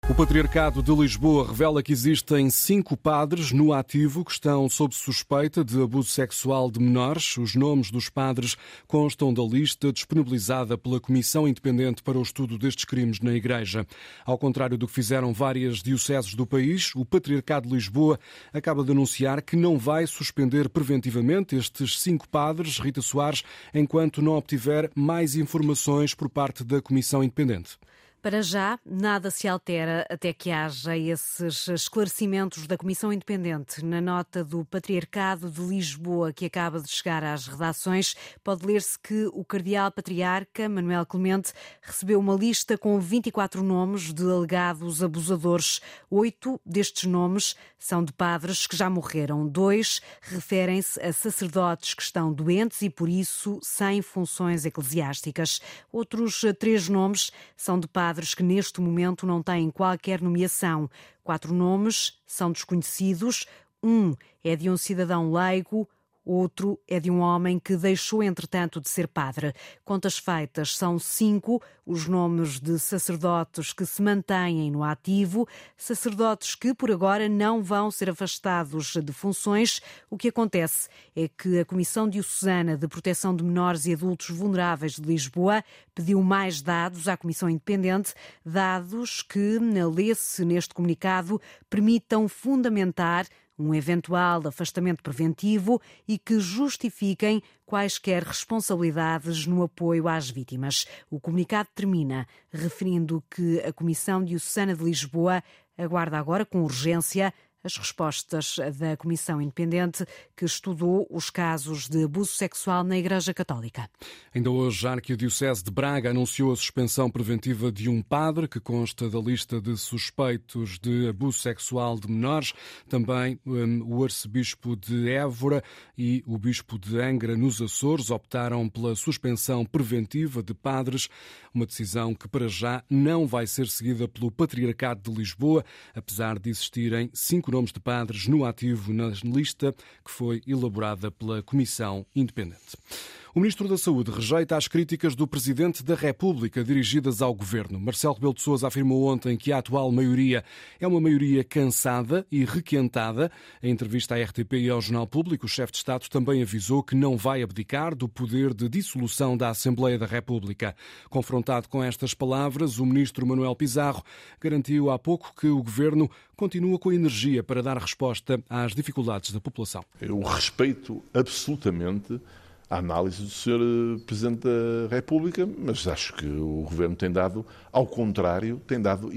O Patriarcado de Lisboa revela que existem 5 padres no ativo que estão sob suspeita de abuso sexual de menores. Os nomes dos padres constam da lista disponibilizada pela Comissão Independente para o Estudo destes Crimes na Igreja. Ao contrário do que fizeram várias dioceses do país, o Patriarcado de Lisboa acaba de anunciar que não vai suspender preventivamente estes 5 padres, Rita Soares, enquanto não obtiver mais informações por parte da Comissão Independente. Para já, nada se altera até que haja esses esclarecimentos da Comissão Independente. Na nota do Patriarcado de Lisboa, que acaba de chegar às redações, pode ler-se que o Cardeal Patriarca, Manuel Clemente, recebeu uma lista com 24 nomes de alegados abusadores. 8 destes nomes são de padres que já morreram. 2 referem-se a sacerdotes que estão doentes e, por isso, sem funções eclesiásticas. Outros 3 nomes são de padres que neste momento não têm qualquer nomeação. 4 nomes são desconhecidos. Um é de um cidadão leigo, outro é de um homem que deixou, entretanto, de ser padre. Contas feitas, são 5 os nomes de sacerdotes que se mantêm no ativo, sacerdotes que, por agora, não vão ser afastados de funções. O que acontece é que a Comissão Diocesana de Proteção de Menores e Adultos Vulneráveis de Lisboa pediu mais dados à Comissão Independente, dados que, lê-se neste comunicado, permitam fundamentar um eventual afastamento preventivo e que justifiquem quaisquer responsabilidades no apoio às vítimas. O comunicado termina referindo que a Comissão Diocesana de Lisboa aguarda agora com urgência as respostas da Comissão Independente que estudou os casos de abuso sexual na Igreja Católica. Ainda hoje, a Arquidiocese de Braga anunciou a suspensão preventiva de um padre que consta da lista de suspeitos de abuso sexual de menores. Também o arcebispo de Évora e o bispo de Angra, nos Açores, optaram pela suspensão preventiva de padres, uma decisão que para já não vai ser seguida pelo Patriarcado de Lisboa, apesar de existirem 5 nomes de padres no ativo na lista que foi elaborada pela Comissão Independente. O Ministro da Saúde rejeita as críticas do Presidente da República dirigidas ao Governo. Marcelo Rebelo de Sousa afirmou ontem que a atual maioria é uma maioria cansada e requentada. Em entrevista à RTP e ao Jornal Público, o chefe de Estado também avisou que não vai abdicar do poder de dissolução da Assembleia da República. Confrontado com estas palavras, o Ministro Manuel Pizarro garantiu há pouco que o Governo continua com energia para dar resposta às dificuldades da população. Eu respeito absolutamente a análise do Sr. Presidente da República, mas acho que o Governo tem dado, ao contrário, tem dado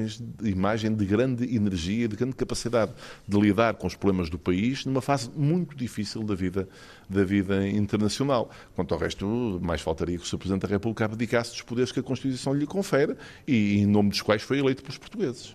imagem de grande energia e de grande capacidade de lidar com os problemas do país numa fase muito difícil da vida internacional. Quanto ao resto, mais faltaria que o Sr. Presidente da República abdicasse dos poderes que a Constituição lhe confere e em nome dos quais foi eleito pelos portugueses.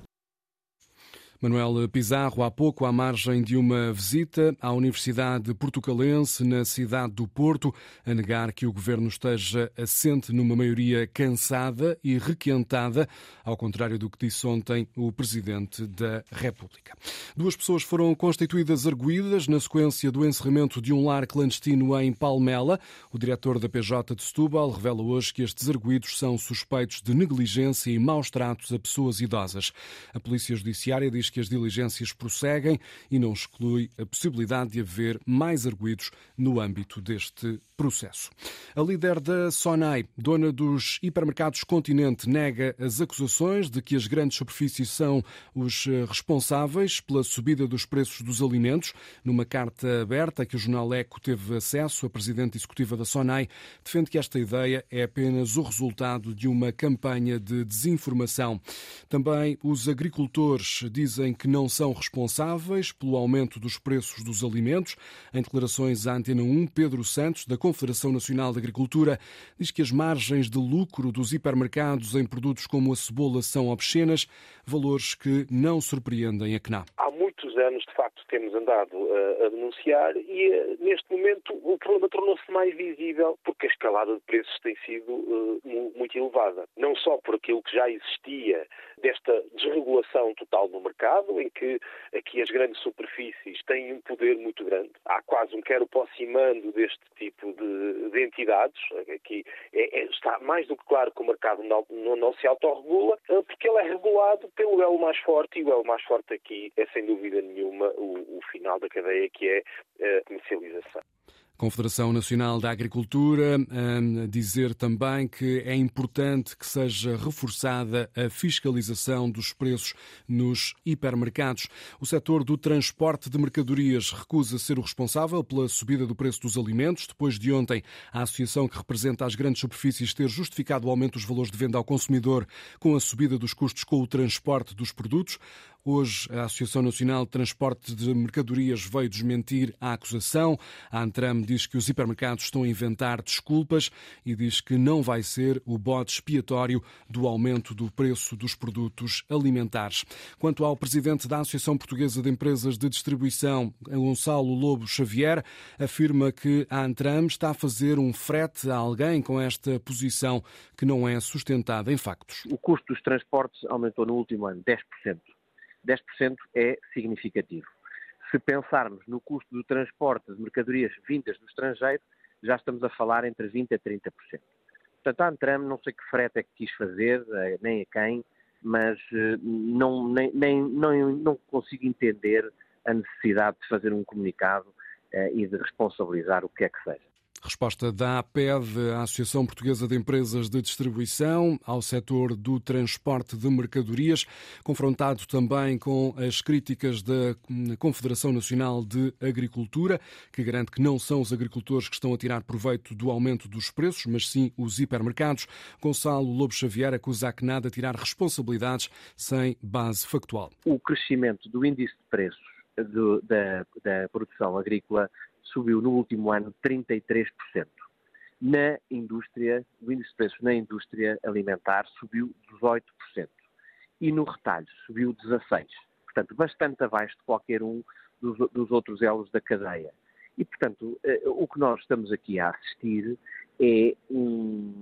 Manuel Pizarro, há pouco, à margem de uma visita à Universidade Portucalense, na cidade do Porto, a negar que o Governo esteja assente numa maioria cansada e requentada, ao contrário do que disse ontem o Presidente da República. 2 pessoas foram constituídas arguídas na sequência do encerramento de um lar clandestino em Palmela. O diretor da PJ de Setúbal revela hoje que estes arguídos são suspeitos de negligência e maus tratos a pessoas idosas. A Polícia Judiciária diz que as diligências prosseguem e não exclui a possibilidade de haver mais arguidos no âmbito deste processo. A líder da SONAI, dona dos hipermercados Continente, nega as acusações de que as grandes superfícies são os responsáveis pela subida dos preços dos alimentos. Numa carta aberta a que o jornal Eco teve acesso, a presidente executiva da SONAI defende que esta ideia é apenas o resultado de uma campanha de desinformação. Também os agricultores dizem que não são responsáveis pelo aumento dos preços dos alimentos. Em declarações à Antena 1, Pedro Santos, da Confederação Nacional de Agricultura, diz que as margens de lucro dos hipermercados em produtos como a cebola são obscenas, valores que não surpreendem a CNA. Há muitos anos, de facto, temos andado a denunciar e, neste momento, o problema tornou-se mais visível porque a escalada de preços tem sido muito elevada. Não só por aquilo que já existia desta desregulação total no mercado, em que aqui as grandes superfícies têm um poder muito grande. Há quase um quero-posse-mando deste tipo de entidades. Aqui está mais do que claro que o mercado não se autorregula, porque ele é regulado pelo elo mais forte, e o elo mais forte aqui é, sem dúvida nenhuma, o final da cadeia, que é a comercialização. Confederação Nacional da Agricultura a dizer também que é importante que seja reforçada a fiscalização dos preços nos hipermercados. O setor do transporte de mercadorias recusa ser o responsável pela subida do preço dos alimentos. Depois de ontem, a associação que representa as grandes superfícies ter justificado o aumento dos valores de venda ao consumidor com a subida dos custos com o transporte dos produtos. Hoje, a Associação Nacional de Transporte de Mercadorias veio desmentir a acusação. A Antram diz que os hipermercados estão a inventar desculpas e diz que não vai ser o bode expiatório do aumento do preço dos produtos alimentares. Quanto ao presidente da Associação Portuguesa de Empresas de Distribuição, Gonçalo Lobo Xavier, afirma que a Antram está a fazer um frete a alguém com esta posição que não é sustentada em factos. O custo dos transportes aumentou no último ano 10%. 10% é significativo. Se pensarmos no custo do transporte de mercadorias vindas do estrangeiro, já estamos a falar entre 20% a 30%. Portanto, a Antram não sei que frete é que quis fazer, nem a quem, mas não consigo entender a necessidade de fazer um comunicado e de responsabilizar o que é que seja. Resposta da APED, a Associação Portuguesa de Empresas de Distribuição, ao setor do transporte de mercadorias, confrontado também com as críticas da Confederação Nacional de Agricultura, que garante que não são os agricultores que estão a tirar proveito do aumento dos preços, mas sim os hipermercados. Gonçalo Lobo Xavier acusa a CNAD a tirar responsabilidades sem base factual. O crescimento do índice de preços da produção agrícola subiu no último ano 33%. Na indústria, o índice de preços na indústria alimentar subiu 18%. E no retalho subiu 16%. Portanto, bastante abaixo de qualquer um dos outros elos da cadeia. E, portanto, o que nós estamos aqui a assistir é um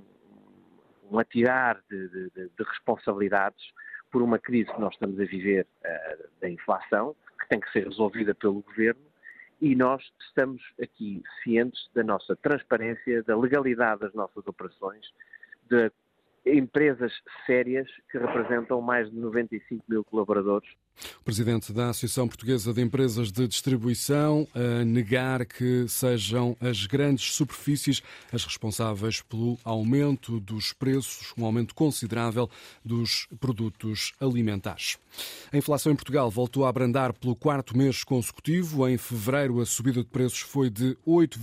atirar de responsabilidades por uma crise que nós estamos a viver da inflação, que tem que ser resolvida pelo Governo. E nós estamos aqui cientes da nossa transparência, da legalidade das nossas operações, de empresas sérias que representam mais de 95 mil colaboradores. O presidente da Associação Portuguesa de Empresas de Distribuição a negar que sejam as grandes superfícies as responsáveis pelo aumento dos preços, um aumento considerável dos produtos alimentares. A inflação em Portugal voltou a abrandar pelo quarto mês consecutivo. Em fevereiro, a subida de preços foi de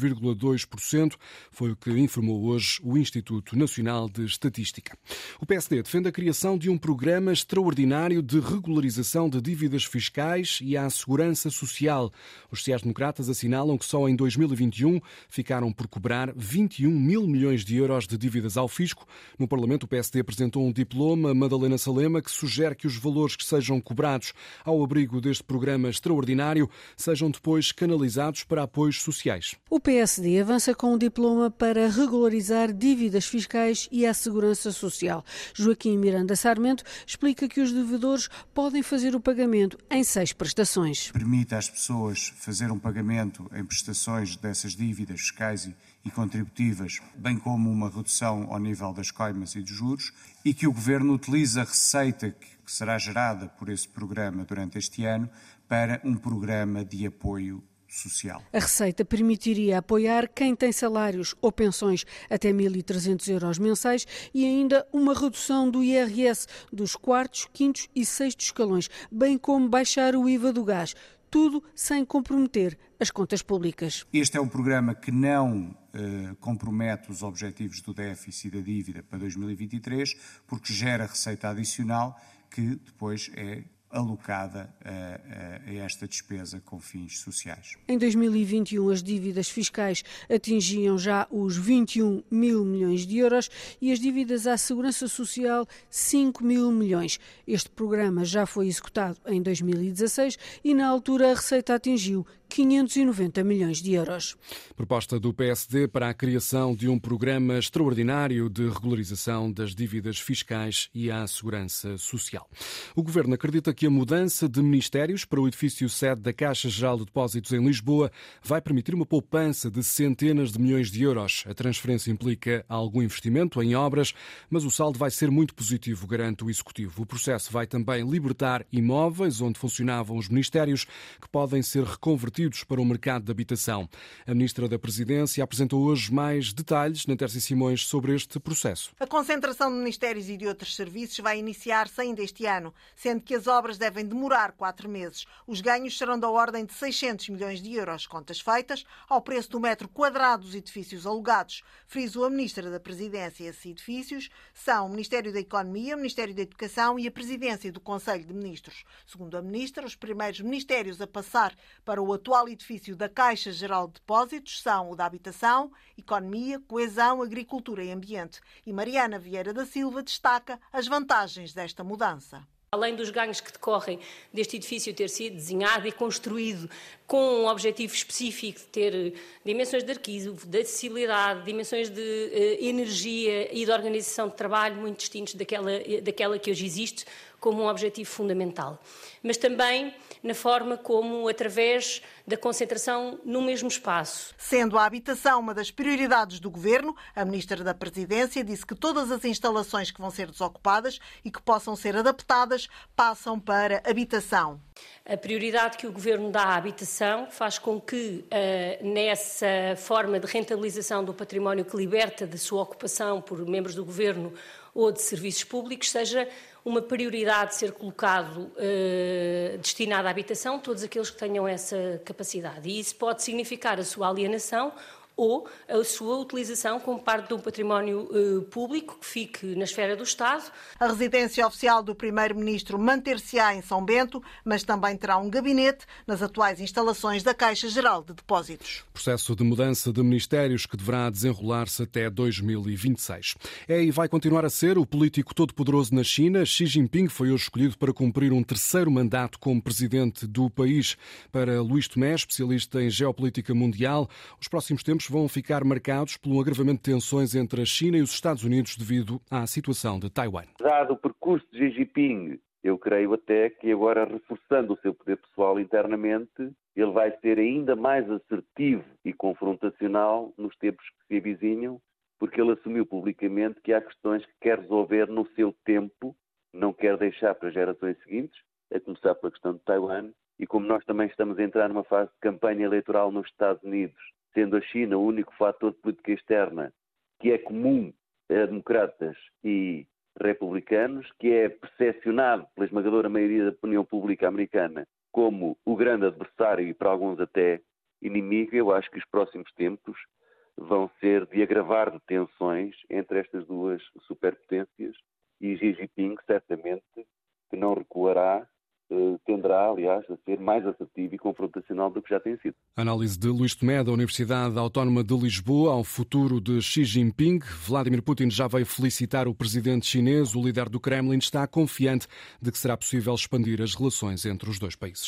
8,2%, foi o que informou hoje o Instituto Nacional de Estatística. O PSD defende a criação de um programa extraordinário de regularização de dívidas fiscais e à segurança social. Os sociais-democratas assinalam que só em 2021 ficaram por cobrar 21 mil milhões de euros de dívidas ao fisco. No Parlamento, o PSD apresentou um diploma, Madalena Salema, que sugere que os valores que sejam cobrados ao abrigo deste programa extraordinário sejam depois canalizados para apoios sociais. O PSD avança com um diploma para regularizar dívidas fiscais e à segurança social. Joaquim Miranda Sarmento explica que os devedores podem fazer o pagamento em 6 prestações. Permite às pessoas fazer um pagamento em prestações dessas dívidas fiscais e contributivas, bem como uma redução ao nível das coimas e dos juros, e que o Governo utiliza a receita que será gerada por esse programa durante este ano para um programa de apoio social. A receita permitiria apoiar quem tem salários ou pensões até 1.300 euros mensais e ainda uma redução do IRS dos 4º, 5º e 6º escalões, bem como baixar o IVA do gás. Tudo sem comprometer as contas públicas. Este é um programa que não compromete os objetivos do déficit e da dívida para 2023, porque gera receita adicional que depois é alocada a esta despesa com fins sociais. Em 2021, as dívidas fiscais atingiam já os 21 mil milhões de euros e as dívidas à segurança social 5 mil milhões. Este programa já foi executado em 2016 e, na altura, a receita atingiu 590 milhões de euros. Proposta do PSD para a criação de um programa extraordinário de regularização das dívidas fiscais e à segurança social. O Governo acredita que a mudança de ministérios para o edifício sede da Caixa Geral de Depósitos em Lisboa vai permitir uma poupança de centenas de milhões de euros. A transferência implica algum investimento em obras, mas o saldo vai ser muito positivo, garante o Executivo. O processo vai também libertar imóveis onde funcionavam os ministérios, que podem ser reconvertidos para o mercado de habitação. A Ministra da Presidência apresentou hoje mais detalhes na Tércia Simões sobre este processo. A concentração de ministérios e de outros serviços vai iniciar-se ainda este ano, sendo que as obras devem demorar 4 meses. Os ganhos serão da ordem de 600 milhões de euros, contas feitas, ao preço do metro quadrado dos edifícios alugados. Frisou a Ministra da Presidência. Esses edifícios são o Ministério da Economia, o Ministério da Educação e a Presidência do Conselho de Ministros. Segundo a Ministra, os primeiros ministérios a passar para o atual edifício da Caixa Geral de Depósitos são o da Habitação, Economia, Coesão, Agricultura e Ambiente. E Mariana Vieira da Silva destaca as vantagens desta mudança. Além dos ganhos que decorrem deste edifício ter sido desenhado e construído com um objetivo específico de ter dimensões de arquivo, de acessibilidade, dimensões de energia e de organização de trabalho muito distintos daquela que hoje existe, como um objetivo fundamental. Mas também na forma como, através da concentração no mesmo espaço. Sendo a habitação uma das prioridades do Governo, a Ministra da Presidência disse que todas as instalações que vão ser desocupadas e que possam ser adaptadas passam para habitação. A prioridade que o Governo dá à habitação faz com que, nessa forma de rentabilização do património que liberta da sua ocupação por membros do Governo ou de serviços públicos, seja uma prioridade ser colocado destinado à habitação, todos aqueles que tenham essa capacidade. E isso pode significar a sua alienação ou a sua utilização como parte de um património público que fique na esfera do Estado. A residência oficial do Primeiro-Ministro manter-se-á em São Bento, mas também terá um gabinete nas atuais instalações da Caixa Geral de Depósitos. Processo de mudança de ministérios que deverá desenrolar-se até 2026. É e vai continuar a ser o político todo-poderoso na China. Xi Jinping foi hoje escolhido para cumprir um terceiro mandato como presidente do país. Para Luís Tomé, especialista em geopolítica mundial, os próximos tempos vão ficar marcados por um agravamento de tensões entre a China e os Estados Unidos devido à situação de Taiwan. Dado o percurso de Xi Jinping, eu creio até que agora, reforçando o seu poder pessoal internamente, ele vai ser ainda mais assertivo e confrontacional nos tempos que se avizinham, porque ele assumiu publicamente que há questões que quer resolver no seu tempo, não quer deixar para gerações seguintes, a começar pela questão de Taiwan, e como nós também estamos a entrar numa fase de campanha eleitoral nos Estados Unidos, sendo a China o único fator de política externa que é comum a democratas e republicanos, que é percepcionado pela esmagadora maioria da opinião pública americana como o grande adversário e para alguns até inimigo, eu acho que os próximos tempos vão ser de agravar de tensões entre estas duas superpotências e Xi Jinping certamente que não recuará, tenderá, aliás, a ser mais assertivo e confrontacional do que já tem sido. Análise de Luís Tomé, da Universidade Autónoma de Lisboa, ao futuro de Xi Jinping. Vladimir Putin já veio felicitar o presidente chinês. O líder do Kremlin está confiante de que será possível expandir as relações entre os dois países.